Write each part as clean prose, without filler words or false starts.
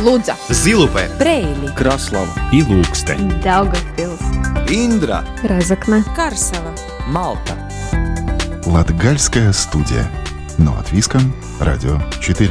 Лудза, Зилупе, Бреили, Краслава и Лукстен, Даугавпилс, Индра, Разокна, Карсела, Малта. Латгальская студия. Но от Виском, Радио 4.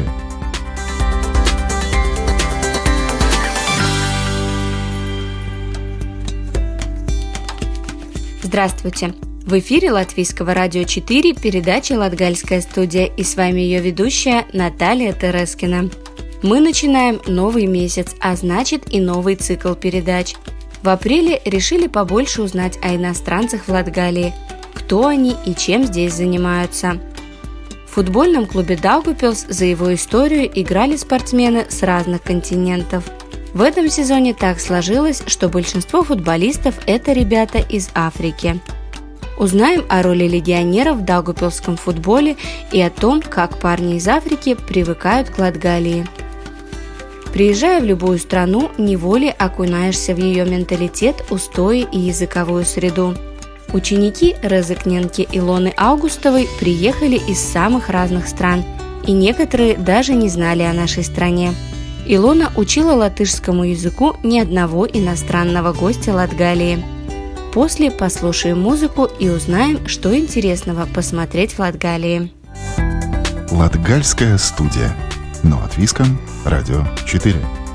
Здравствуйте! В эфире Латвийского радио 4 передача «Латгальская студия», и с вами ее ведущая Наталья Терескина. Мы начинаем новый месяц, а значит и новый цикл передач. В апреле решили побольше узнать о иностранцах в Латгалии, кто они и чем здесь занимаются. В футбольном клубе Даугавпилс за его историю играли спортсмены с разных континентов. В этом сезоне так сложилось, что большинство футболистов – это ребята из Африки. Узнаем о роли легионеров в даугавпилсском футболе и о том, как парни из Африки привыкают к Латгалии. Приезжая в любую страну, неволей окунаешься в ее менталитет, устои и языковую среду. Ученики Резекненки Илоны Аугустовой приехали из самых разных стран, и некоторые даже не знали о нашей стране. Илона учила латышскому языку ни одного иностранного гостя Латгалии. После послушаем музыку и узнаем, что интересного посмотреть в Латгалии. Латгальская студия. Но от Виском, Радио 4.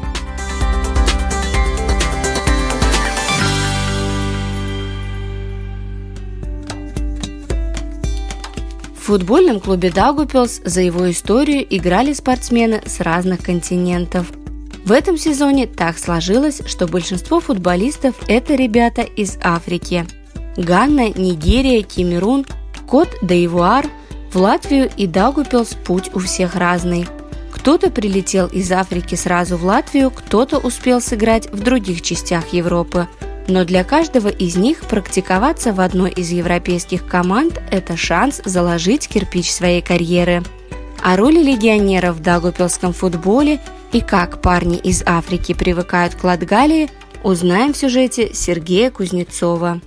В футбольном клубе Даугавпилс за его историю играли спортсмены с разных континентов. В этом сезоне так сложилось, что большинство футболистов – это ребята из Африки. Гана, Нигерия, Камерун, Кот-д'Ивуар, в Латвию и Даугавпилс путь у всех разный. Кто-то прилетел из Африки сразу в Латвию, кто-то успел сыграть в других частях Европы. Но для каждого из них практиковаться в одной из европейских команд – это шанс заложить кирпич своей карьеры. О роли легионеров в даугавпилсском футболе и как парни из Африки привыкают к Латгалии, узнаем в сюжете Сергея Кузнецова.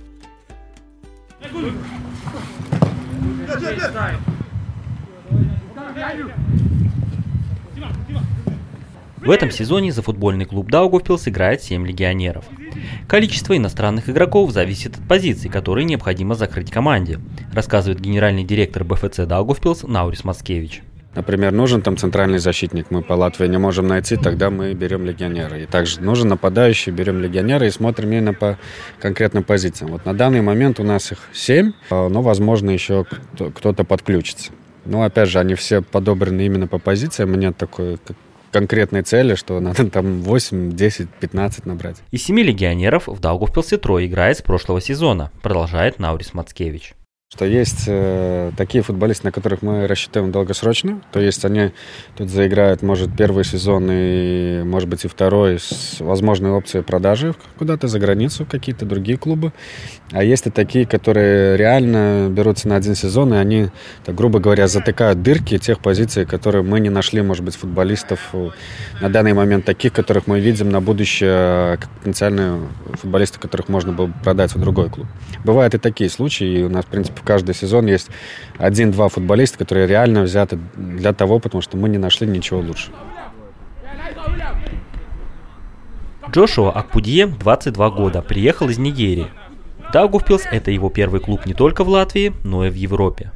В этом сезоне за футбольный клуб Даугавпилс играет 7 легионеров. Количество иностранных игроков зависит от позиций, которые необходимо закрыть команде, рассказывает генеральный директор БФЦ Даугавпилс Наурис Мацкевич. Например, нужен там центральный защитник, мы по Латвии не можем найти, тогда мы берем легионера. И также нужен нападающий, берем легионера и смотрим именно по конкретным позициям. Вот на данный момент у нас их 7, но, возможно, еще кто-то подключится. Но, опять же, они все подобраны именно по позициям, нет такой конкретной цели, что надо там 8, 10, 15 набрать. Из 7 легионеров в Даугавпилсе 3 играет с прошлого сезона, продолжает Наурис Мацкевич. Что есть такие футболисты, на которых мы рассчитываем долгосрочно, то есть они тут заиграют, может, первый сезон и, может быть, и второй с возможной опцией продажи куда-то за границу, какие-то другие клубы. А есть и такие, которые реально берутся на один сезон, и они, так грубо говоря, затыкают дырки тех позиций, которые мы не нашли, может быть, футболистов на данный момент таких, которых мы видим на будущее, как потенциальные футболисты, которых можно было бы продать в другой клуб. Бывают и такие случаи, и у нас, в принципе, в каждый сезон есть 1-2 футболиста, которые реально взяты для того, потому что мы не нашли ничего лучше. Джошуа Акпудье, 22 года, приехал из Нигерии. Даугавпилс – это его первый клуб не только в Латвии, но и в Европе.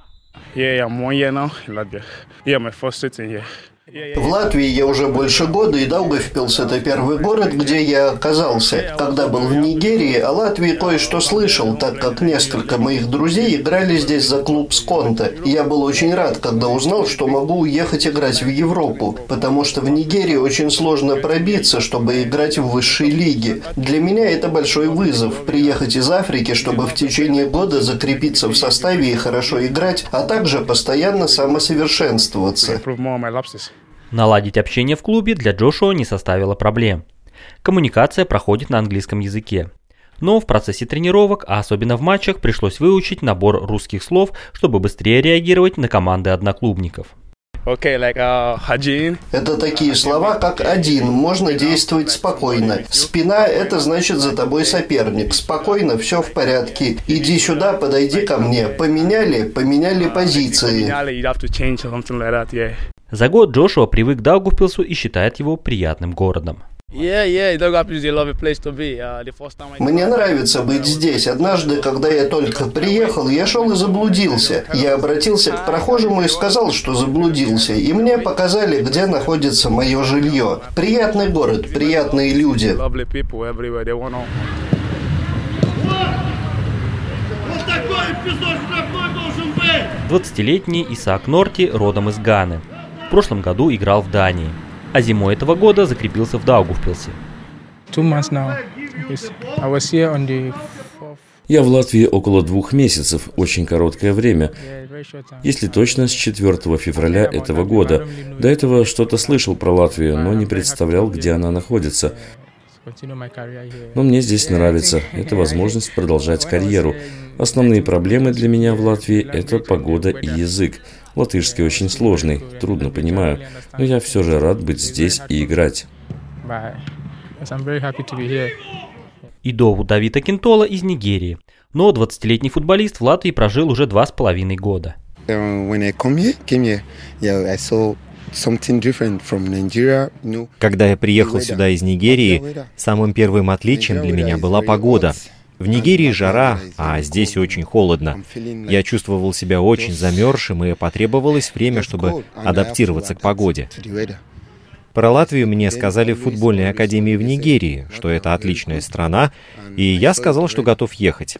В Латвии я уже больше года, и Даугавпилс – это первый город, где я оказался. Когда был в Нигерии, о Латвии кое-что слышал, так как несколько моих друзей играли здесь за клуб Сконте. И я был очень рад, когда узнал, что могу уехать играть в Европу, потому что в Нигерии очень сложно пробиться, чтобы играть в высшей лиге. Для меня это большой вызов – приехать из Африки, чтобы в течение года закрепиться в составе и хорошо играть, а также постоянно самосовершенствоваться. Наладить общение в клубе для Джошуа не составило проблем. Коммуникация проходит на английском языке. Но в процессе тренировок, а особенно в матчах, пришлось выучить набор русских слов, чтобы быстрее реагировать на команды одноклубников. Это такие слова, как «один», можно действовать спокойно. «Спина» – это значит «за тобой соперник». Спокойно, все в порядке. Иди сюда, подойди ко мне. Поменяли позиции. За год Джошуа привык к Даугавпилсу и считает его приятным городом. Мне нравится быть здесь. Однажды, когда я только приехал, я шел и заблудился. Я обратился к прохожему и сказал, что заблудился. И мне показали, где находится мое жилье. Приятный город, приятные люди. 20-летний Исаак Норти родом из Ганы. В прошлом году играл в Дании. А зимой этого года закрепился в Даугавпилсе. Я в Латвии около 2 месяцев, очень короткое время. Если точно, с 4 февраля этого года. До этого что-то слышал про Латвию, но не представлял, где она находится. Но мне здесь нравится. Это возможность продолжать карьеру. Основные проблемы для меня в Латвии – это погода и язык. Латышский очень сложный, трудно понимаю, но я все же рад быть здесь и играть. Идову Давида Кинтола из Нигерии, но 20-летний футболист в Латвии прожил уже 2,5 года. Когда я приехал сюда из Нигерии, самым первым отличием для меня была погода. В Нигерии жара, а здесь очень холодно. Я чувствовал себя очень замерзшим, и потребовалось время, чтобы адаптироваться к погоде. Про Латвию мне сказали в футбольной академии в Нигерии, что это отличная страна, и я сказал, что готов ехать.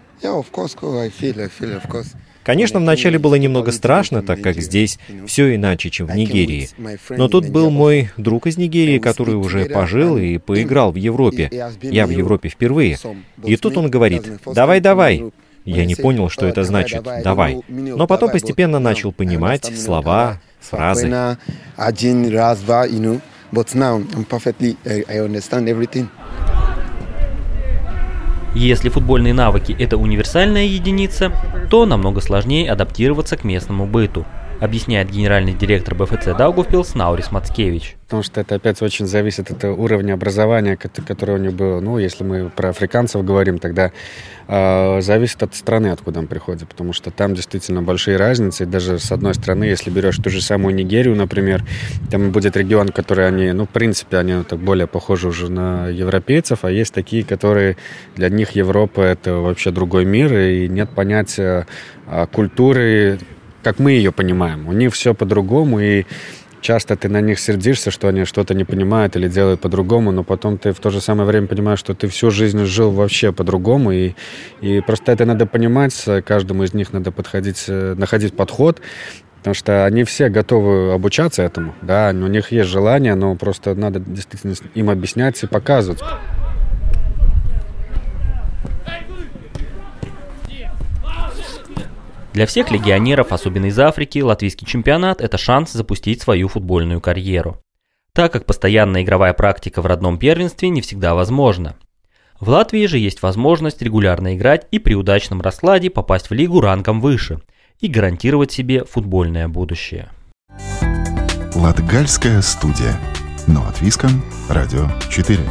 Конечно, вначале было немного страшно, так как здесь все иначе, чем в Нигерии. Но тут был мой друг из Нигерии, который уже пожил и поиграл в Европе. Я в Европе впервые. И тут он говорит: «Давай, давай». Я не понял, что это значит «давай». Но потом постепенно начал понимать слова, фразы. Если футбольные навыки – это универсальная единица, то намного сложнее адаптироваться к местному быту, объясняет генеральный директор БФЦ Даугавпилс Наурис Мацкевич. Потому что это опять очень зависит от уровня образования, которое у него было. Ну, если мы про африканцев говорим, тогда зависит от страны, откуда он приходит. Потому что там действительно большие разницы. И даже с одной стороны, если берешь ту же самую Нигерию, например, там будет регион, который они, в принципе, они так более похожи уже на европейцев, а есть такие, которые для них Европа — это вообще другой мир, и нет понятия культуры, как мы ее понимаем. У них все по-другому, и часто ты на них сердишься, что они что-то не понимают или делают по-другому, но потом ты в то же самое время понимаешь, что ты всю жизнь жил вообще по-другому, и просто это надо понимать, каждому из них надо находить подход, потому что они все готовы обучаться этому, да, у них есть желание, но просто надо действительно им объяснять и показывать. Для всех легионеров, особенно из Африки, латвийский чемпионат – это шанс запустить свою футбольную карьеру. Так как постоянная игровая практика в родном первенстве не всегда возможна. В Латвии же есть возможность регулярно играть и при удачном раскладе попасть в лигу рангом выше и гарантировать себе футбольное будущее. Латгальская студия. Но от Виском. Радио 4.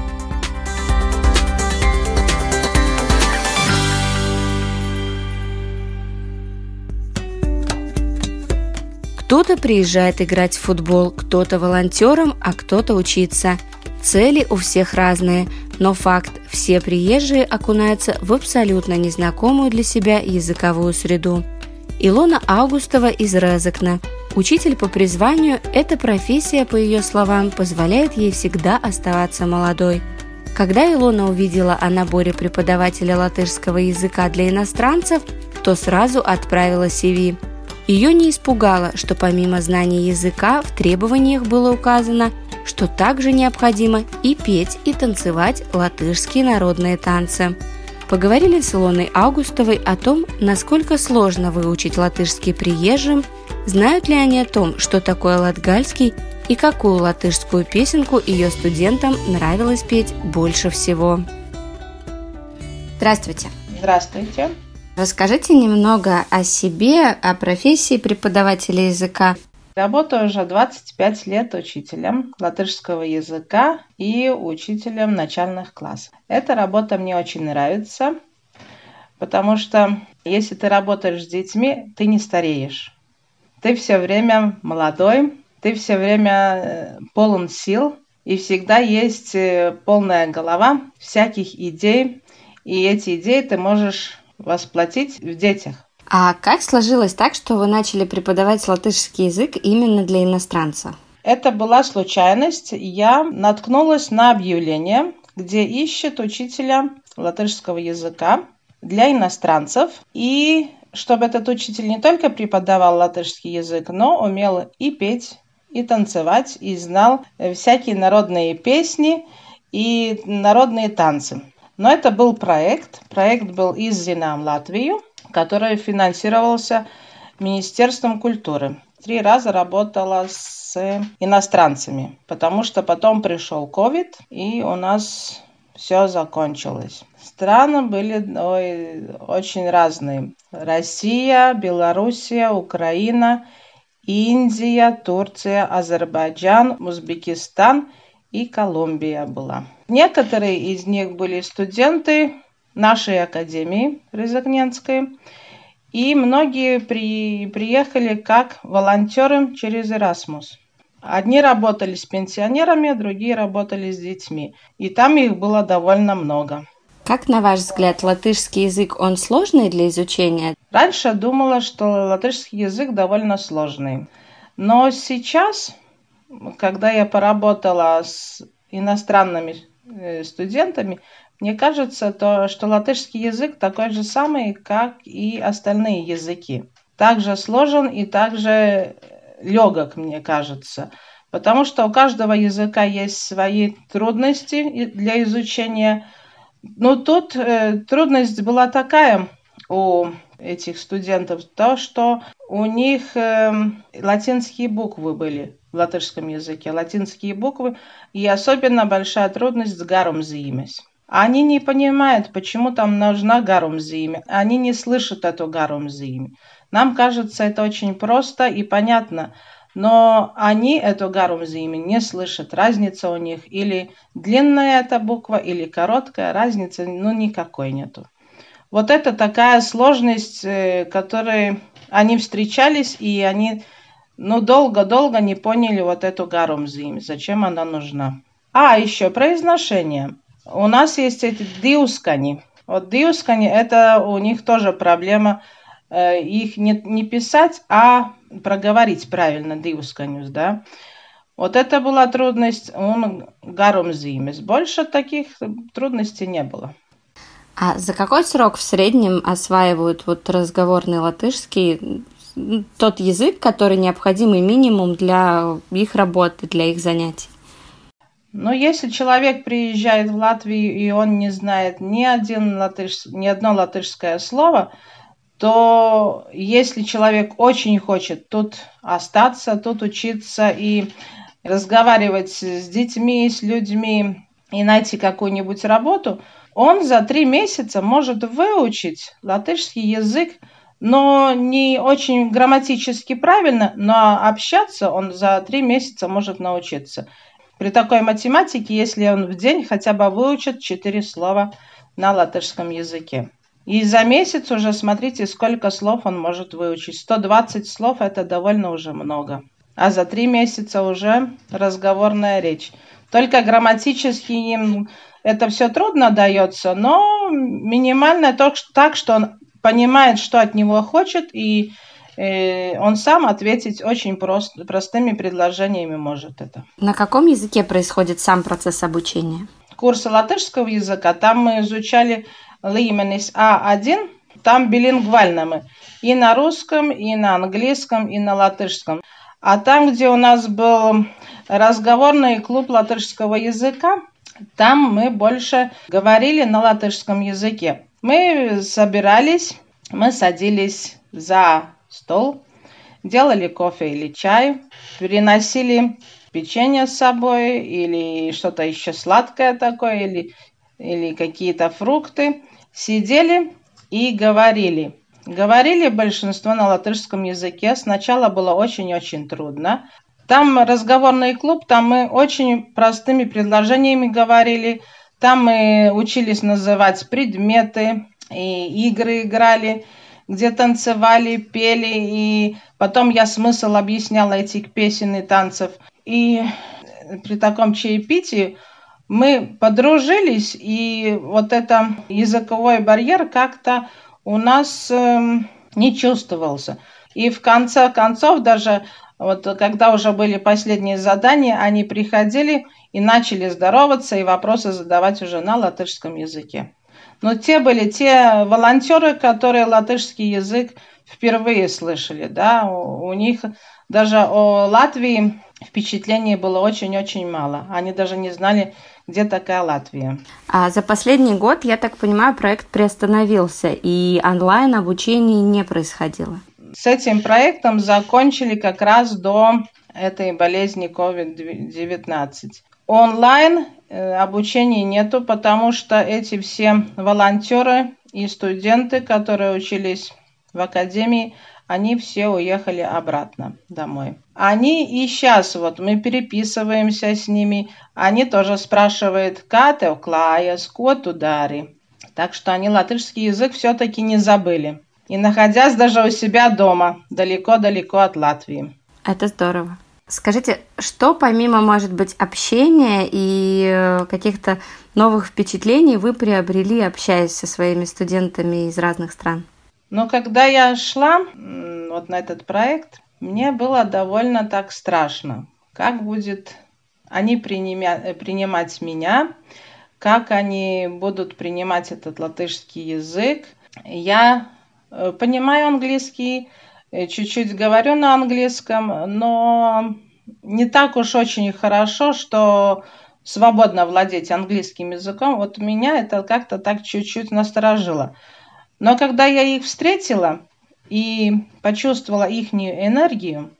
Кто-то приезжает играть в футбол, кто-то волонтером, а кто-то учиться. Цели у всех разные, но факт – все приезжие окунаются в абсолютно незнакомую для себя языковую среду. Илона Аугустова из Резекна. Учитель по призванию – эта профессия, по ее словам, позволяет ей всегда оставаться молодой. Когда Илона увидела о наборе преподавателя латышского языка для иностранцев, то сразу отправила CV. Ее не испугало, что помимо знания языка в требованиях было указано, что также необходимо и петь, и танцевать латышские народные танцы. Поговорили с Илоной Аугустовой о том, насколько сложно выучить латышский приезжим, знают ли они о том, что такое латгальский, и какую латышскую песенку ее студентам нравилось петь больше всего. Здравствуйте. Здравствуйте. Расскажите немного о себе, о профессии преподавателя языка. Работаю уже 25 лет учителем латышского языка и учителем начальных классов. Эта работа мне очень нравится, потому что если ты работаешь с детьми, ты не стареешь. Ты все время молодой, ты все время полон сил, и всегда есть полная голова всяких идей, и эти идеи ты можешь воплотить в детях. А как сложилось так, что вы начали преподавать латышский язык именно для иностранцев? Это была случайность. Я наткнулась на объявление, где ищет учителя латышского языка для иностранцев. И чтобы этот учитель не только преподавал латышский язык, но умел и петь, и танцевать, и знал всякие народные песни и народные танцы. Но это был проект. Проект был из Zinām Latviju, который финансировался Министерством культуры. 3 раза работала с иностранцами, потому что потом пришел ковид, и у нас все закончилось. Страны были очень разные. Россия, Белоруссия, Украина, Индия, Турция, Азербайджан, Узбекистан и Колумбия была. Некоторые из них были студенты нашей академии Рязаненской, и многие приехали как волонтеры через Erasmus. Одни работали с пенсионерами, другие работали с детьми, и там их было довольно много. Как, на ваш взгляд, латышский язык, он сложный для изучения? Раньше думала, что латышский язык довольно сложный. Но сейчас, когда я поработала с иностранными студентами, мне кажется, что латышский язык такой же самый, как и остальные языки. Также сложен и также легок, мне кажется. Потому что у каждого языка есть свои трудности для изучения. Но тут трудность была такая у этих студентов, то, что у них латинские буквы были в латышском языке. Латинские буквы, и особенно большая трудность с гарумzīmes. Они не понимают, почему там нужна гарумzīme. Они не слышат эту гарумzīme. Нам кажется, это очень просто и понятно. Но они эту гарумzīme не слышат. Разница у них или длинная эта буква, или короткая. Разницы никакой нету. Вот это такая сложность, которой они встречались, и они долго-долго не поняли вот эту гарумzīme, зачем она нужна. Еще произношение. У нас есть эти дивскани. Вот дивскани, это у них тоже проблема. Их не писать, а проговорить правильно дивсканюс, да. Вот это была трудность у гарумzīmes. Больше таких трудностей не было. А за какой срок в среднем осваивают разговорный латышский, тот язык, который необходимый минимум для их работы, для их занятий? Если человек приезжает в Латвию, и он не знает ни одно латышское слово, то если человек очень хочет тут остаться, тут учиться и разговаривать с детьми, с людьми и найти какую-нибудь работу, он за 3 месяца может выучить латышский язык, но не очень грамматически правильно, но общаться он за 3 месяца может научиться. При такой математике, если он в день хотя бы выучит 4 слова на латышском языке. И за месяц уже смотрите, сколько слов он может выучить. 120 слов – это довольно уже много. А за 3 месяца уже разговорная речь. Только грамматически им это все трудно дается, но минимально так, что он понимает, что от него хочет, и он сам ответить очень простыми предложениями может это. На каком языке происходит сам процесс обучения? Курсы латышского языка, там мы изучали līmenis А1, там билингвально мы. И на русском, и на английском, и на латышском. А там, где у нас был разговорный клуб латышского языка, там мы больше говорили на латышском языке. Мы собирались, мы садились за стол, делали кофе или чай, приносили печенье с собой или что-то еще сладкое такое, или какие-то фрукты. Сидели и говорили. Говорили большинство на латышском языке. Сначала было очень-очень трудно. Там разговорный клуб, там мы очень простыми предложениями говорили. Там мы учились называть предметы, и игры играли. где танцевали, пели, и потом я смысл объясняла этих песен и танцев. И при таком чаепитии мы подружились, и вот это языковой барьер как-то у нас не чувствовался. И в конце концов, даже вот когда уже были последние задания, они приходили и начали здороваться и вопросы задавать уже на латышском языке. Но были те волонтеры, которые латышский язык впервые слышали, да, у них даже о Латвии впечатлений было очень-очень мало. Они даже не знали, где такая Латвия. А за последний год, я так понимаю, проект приостановился, и онлайн-обучение не происходило. С этим проектом закончили как раз до этой болезни COVID-19. Онлайн обучения нету, потому что эти все волонтеры и студенты, которые учились в академии, они все уехали обратно домой. Они и сейчас, вот мы переписываемся с ними, они тоже спрашивают, kā tev klājas, ko tu dari? Так что они латышский язык все-таки не забыли. И находясь даже у себя дома, далеко-далеко от Латвии. Это здорово. Скажите, что помимо, может быть, общения и каких-то новых впечатлений вы приобрели, общаясь со своими студентами из разных стран? Ну, когда я шла вот на этот проект, мне было довольно так страшно. Как будет они принимать меня, как они будут принимать этот латышский язык. Я понимаю английский, чуть-чуть говорю на английском, но не так уж очень хорошо, что свободно владеть английским языком. Вот меня это как-то так чуть-чуть насторожило. Но когда я их встретила и почувствовала ихнюю энергию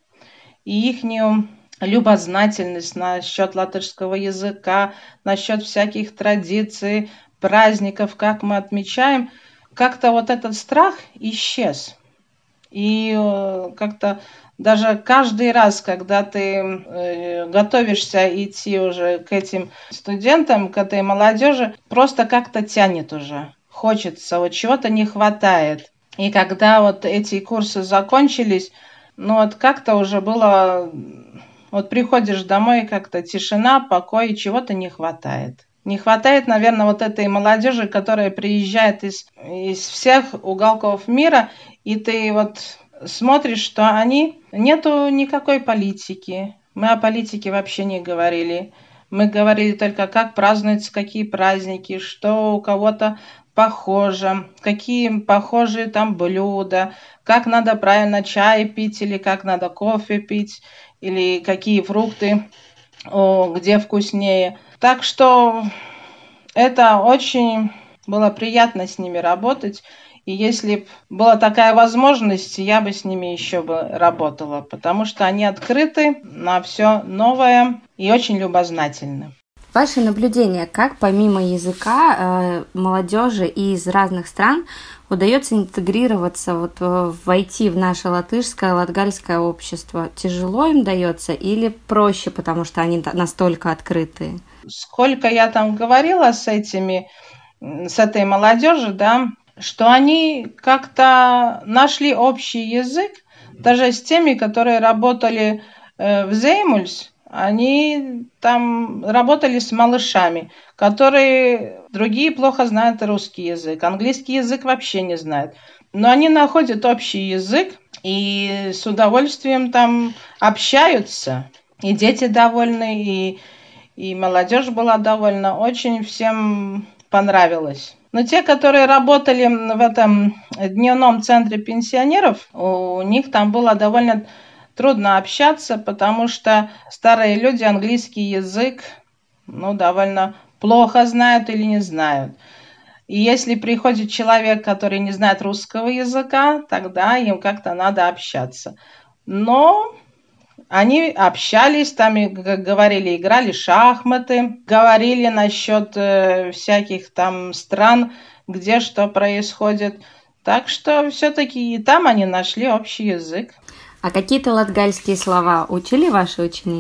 и ихнюю любознательность насчет латышского языка, насчет всяких традиций, праздников, как мы отмечаем, как-то вот этот страх исчез. И как-то даже каждый раз, когда ты готовишься идти уже к этим студентам, к этой молодежи, просто как-то тянет уже. Хочется, вот чего-то не хватает. И когда вот эти курсы закончились, ну вот как-то уже было, вот приходишь домой, как-то тишина, покой, чего-то не хватает. Не хватает, наверное, вот этой молодежи, которая приезжает из всех уголков мира, и ты вот смотришь, что нету никакой политики. Мы о политике вообще не говорили. Мы говорили только, как празднуются какие праздники, что у кого-то похоже, какие похожие там блюда, как надо правильно чай пить или как надо кофе пить, или какие фрукты, где вкуснее. Так что это очень было приятно с ними работать. И если бы была такая возможность, я бы с ними еще бы работала, потому что они открыты на все новое и очень любознательны. Ваши наблюдения, как помимо языка молодежи из разных стран удается интегрироваться, войти в наше латышское, латгальское общество? Тяжело им дается или проще, потому что они настолько открытые? Сколько я там говорила с этой молодежью, да, что они как-то нашли общий язык, даже с теми, которые работали в Зеймульс. Они там работали с малышами, которые другие плохо знают русский язык, английский язык вообще не знают. Но они находят общий язык и с удовольствием там общаются. И дети довольны, и молодежь была довольна. Очень всем понравилось. Но те, которые работали в этом дневном центре пенсионеров, у них там было довольно трудно общаться, потому что старые люди английский язык довольно плохо знают или не знают. И если приходит человек, который не знает русского языка, тогда им как-то надо общаться. Но они общались, там, как говорили, играли в шахматы, говорили насчет всяких там стран, где что происходит. Так что все-таки и там они нашли общий язык. А какие-то латгальские слова учили ваши ученики?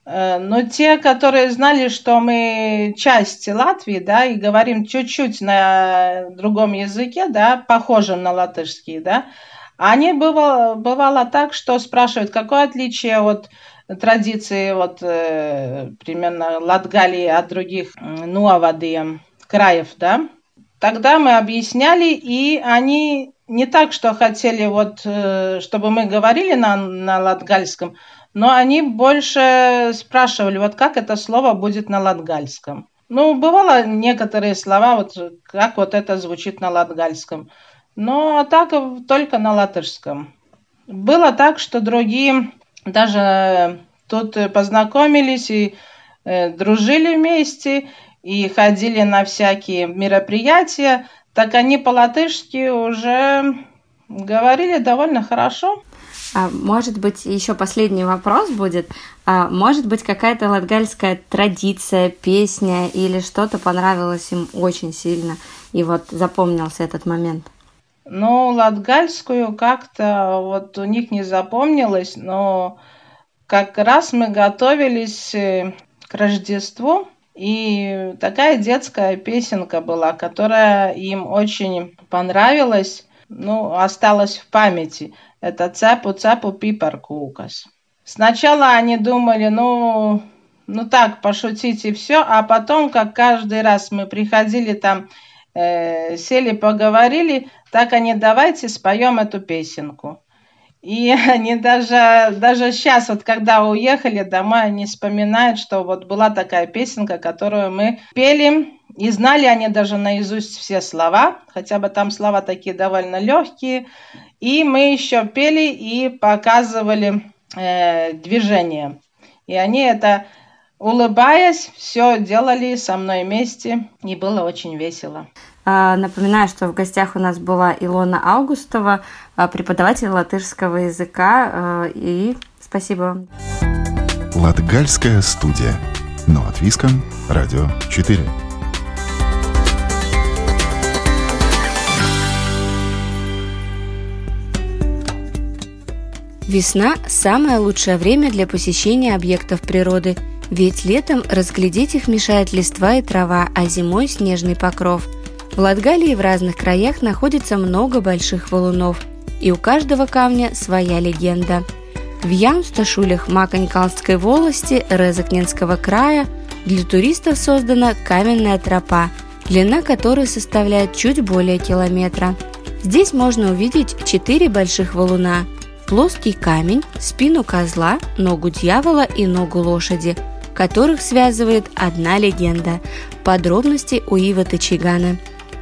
Но те, которые знали, что мы часть Латвии, да, и говорим чуть-чуть на другом языке, да, похожем на латышский, да, они бывало так, что спрашивают, какое отличие от традиции вот примерно Латгалии от других Новодием краев, да. Тогда мы объясняли, и они не так, что хотели вот, чтобы мы говорили на латгальском, но они больше спрашивали, вот как это слово будет на латгальском. Ну, бывало некоторые слова, вот как вот это звучит на латгальском. Но так только на латышском. Было так, что другие даже тут познакомились и дружили вместе, и ходили на всякие мероприятия, так они по-латышски уже говорили довольно хорошо. Может быть, еще последний вопрос будет. Может быть, какая-то латгальская традиция, песня или что-то понравилось им очень сильно, и вот запомнился этот момент? Ну, латгальскую как-то вот у них не запомнилось, но как раз мы готовились к Рождеству, и такая детская песенка была, которая им очень понравилась, ну, осталась в памяти. Это «Цепу-цепу пипаркūkas». Сначала они думали, ну так, пошутить и все, а потом, как каждый раз мы приходили там, сели, поговорили, так они, давайте споем эту песенку. И они даже сейчас, вот когда уехали домой, они вспоминают, что вот была такая песенка, которую мы пели, и знали они даже наизусть все слова, хотя бы там слова такие довольно легкие, и мы еще пели и показывали движение. И они это, улыбаясь, все делали со мной вместе, и было очень весело. Напоминаю, что в гостях у нас была Илона Аугустова, преподаватель латышского языка, и спасибо вам. Латгальская студия. Но от Виском. Радио 4. Весна – самое лучшее время для посещения объектов природы, ведь летом разглядеть их мешает листва и трава, а зимой – снежный покров. В Латгалии в разных краях находится много больших валунов, и у каждого камня своя легенда. В Яунсташулях Маконькалской волости Резекненского края для туристов создана каменная тропа, длина которой составляет чуть более километра. Здесь можно увидеть 4 больших валуна – плоский камень, спину козла, ногу дьявола и ногу лошади, которых связывает одна легенда. Подробности у Ивы Тачигана.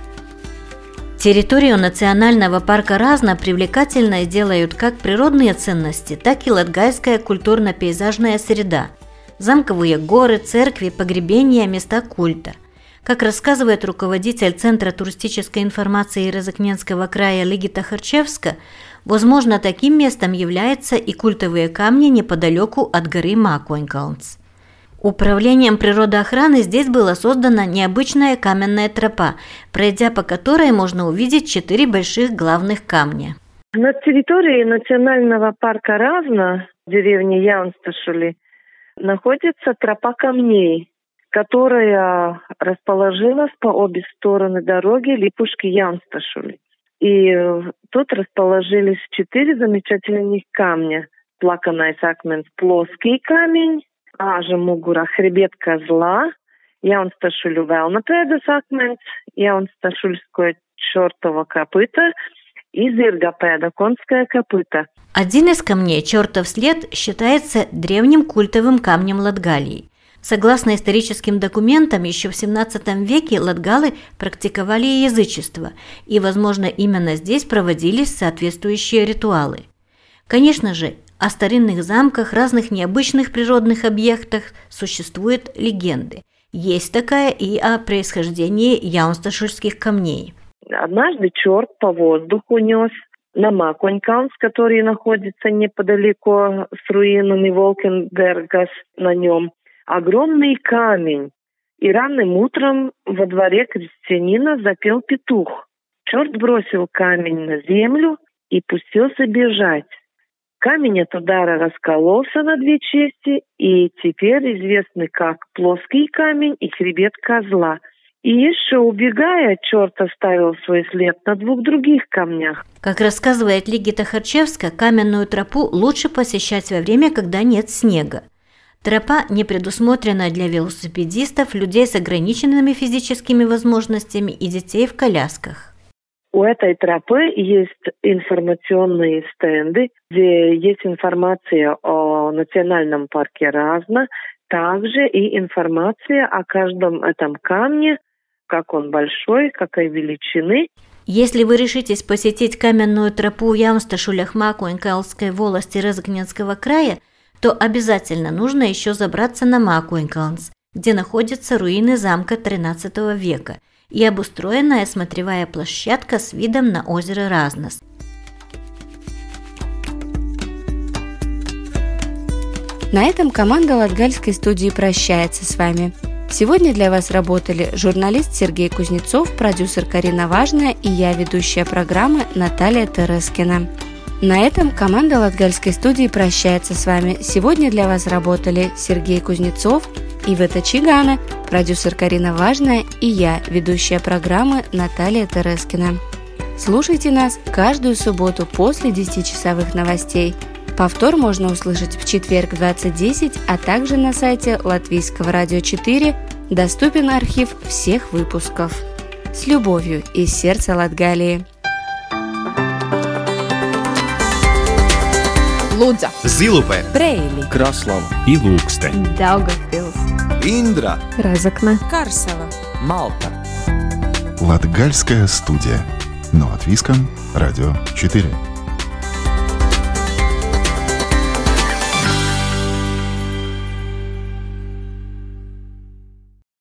Территорию национального парка Разна привлекательной делают как природные ценности, так и латгальская культурно-пейзажная среда, замковые горы, церкви, погребения, места культа. Как рассказывает руководитель Центра туристической информации Резекненского края Лигита Харчевска, возможно, таким местом являются и культовые камни неподалеку от горы Маконькалнс. Управлением природоохраны здесь была создана необычная каменная тропа, пройдя по которой можно увидеть 4 больших главных камня. На территории национального парка Разна, в деревне Яунсташули, находится тропа камней, которая расположилась по обе стороны дороги Липушки-Яунсташули. И тут расположились 4 замечательных камня. Плаканais акмens, плоский камень, Āža mugura, хребет козла, Jaunstašuļu велнопēdas акмens, Jaunstašuļское чертово копыто и зиргопēda, конское копыто. Один из камней, чертов след, считается древним культовым камнем Латгалии. Согласно историческим документам, еще в 17 веке латгалы практиковали язычество, и, возможно, именно здесь проводились соответствующие ритуалы. Конечно же, о старинных замках, разных необычных природных объектах существуют легенды. Есть такая и о происхождении яунсташульских камней. Однажды черт по воздуху нес на Маконькалнс, который находится неподалеку с руинами Волкенбергас, на нем огромный камень. И ранним утром во дворе крестьянина запел петух. Черт бросил камень на землю и пустился бежать. Камень от удара раскололся на две части, и теперь известны как плоский камень и хребет козла. И еще убегая, черт оставил свой след на двух других камнях. Как рассказывает Лигита Харчевска, каменную тропу лучше посещать во время, когда нет снега. Тропа не предусмотрена для велосипедистов, людей с ограниченными физическими возможностями и детей в колясках. У этой тропы есть информационные стенды, где есть информация о национальном парке Разна, также и информация о каждом этом камне, как он большой, какой величины. Если вы решитесь посетить каменную тропу Ямста-Шуляхмакуинкалской волости Рязанского края, то обязательно нужно еще забраться на Макуинкалнс, где находятся руины замка XIII века и обустроенная смотревая площадка с видом на озеро Разнос. На этом команда Латгальской студии прощается с вами. Сегодня для вас работали журналист Сергей Кузнецов, продюсер Карина Важная и я, ведущая программы Наталья Терескина. На этом команда Латгальской студии прощается с вами. Сегодня для вас работали Сергей Кузнецов, Ивета Чигана, продюсер Карина Важная и я, ведущая программы Наталья Терескина. Слушайте нас каждую субботу после 10-часовых новостей. Повтор можно услышать в четверг в 20:10, а также на сайте Латвийского радио 4 доступен архив всех выпусков. С любовью из сердца Латгалии. Лудза, Зилупе, Брейли, Краслава и Лукстен, Даугавпилс, Индра, Разокна, Карсела, Малта. Латгальская студия. Но от Виском, Радио 4.